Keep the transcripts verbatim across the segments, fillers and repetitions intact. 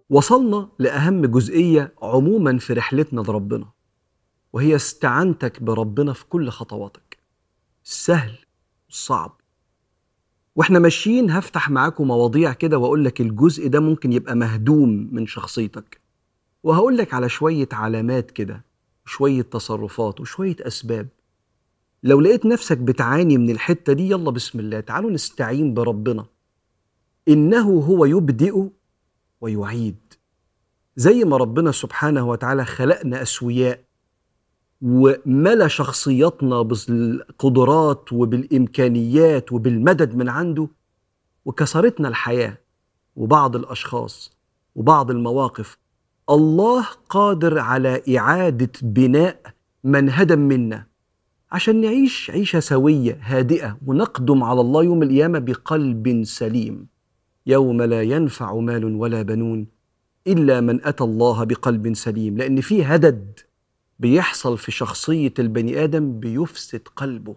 وصلنا لأهم جزئية عموما في رحلتنا لربنا، وهي استعانتك بربنا في كل خطواتك، السهل والصعب. واحنا ماشيين هفتح معاكم مواضيع كده واقول لك الجزء ده ممكن يبقى مهدوم من شخصيتك، وهقول لك على شوية علامات كده وشوية تصرفات وشوية أسباب. لو لقيت نفسك بتعاني من الحتة دي، يلا بسم الله تعالوا نستعين بربنا. إنه هو يبدئ ويعيد. زي ما ربنا سبحانه وتعالى خلقنا أسوياء وملا شخصياتنا بالقدرات وبالإمكانيات وبالمدد من عنده، وكسرتنا الحياة وبعض الأشخاص وبعض المواقف، الله قادر على إعادة بناء من هدم منا عشان نعيش عيشة سوية هادئة ونقدم على الله يوم القيامة بقلب سليم، يوم لا ينفع مال ولا بنون إلا من أتى الله بقلب سليم. لأن في هدد بيحصل في شخصية البني آدم بيفسد قلبه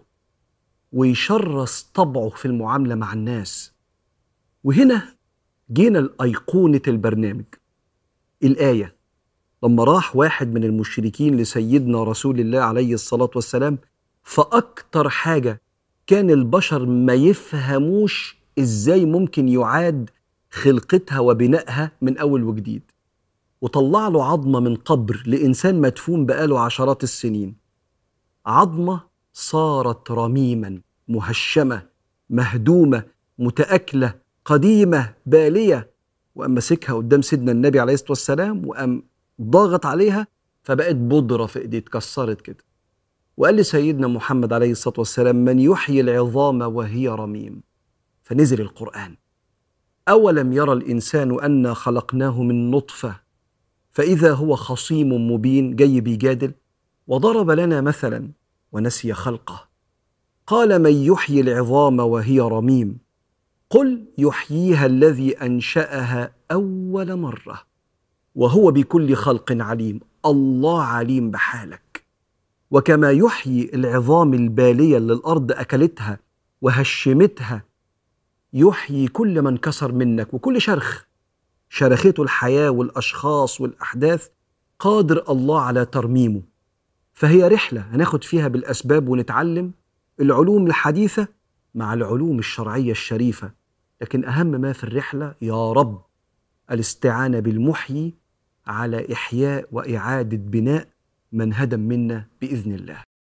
ويشرس طبعه في المعاملة مع الناس. وهنا جينا لأيقونة البرنامج، الآية. لما راح واحد من المشركين لسيدنا رسول الله عليه الصلاة والسلام، فأكتر حاجة كان البشر ما يفهموش إزاي ممكن يعاد خلقتها وبنائها من أول وجديد، وطلع له عظمة من قبر لإنسان مدفون بقاله عشرات السنين، عظمة صارت رميما مهشمة مهدومة متأكلة قديمة بالية، وأم مسكها قدام سيدنا النبي عليه الصلاة والسلام وأم ضاغط عليها فبقت بودرة في إيديه، اتكسرت كده. وقال لسيدنا محمد عليه الصلاة والسلام: من يحيي العظام وهي رميم؟ فنزل القرآن: أولم يرى الإنسان أنا خلقناه من نطفة فإذا هو خصيم مبين، جاي بيجادل. وضرب لنا مثلا ونسي خلقه، قال: من يحيي العظام وهي رميم؟ قل يحييها الذي أنشأها أول مرة وهو بكل خلق عليم. الله عليم بحالك. وكما يحيي العظام البالية اللي الأرض أكلتها وهشمتها، يحيي كل من كسر منك وكل شرخ شرخته الحياة والأشخاص والأحداث، قادر الله على ترميمه. فهي رحلة هناخد فيها بالأسباب ونتعلم العلوم الحديثة مع العلوم الشرعية الشريفة، لكن أهم ما في الرحلة يا رب الاستعانة بالمحيي على إحياء وإعادة بناء من هدم منا بإذن الله.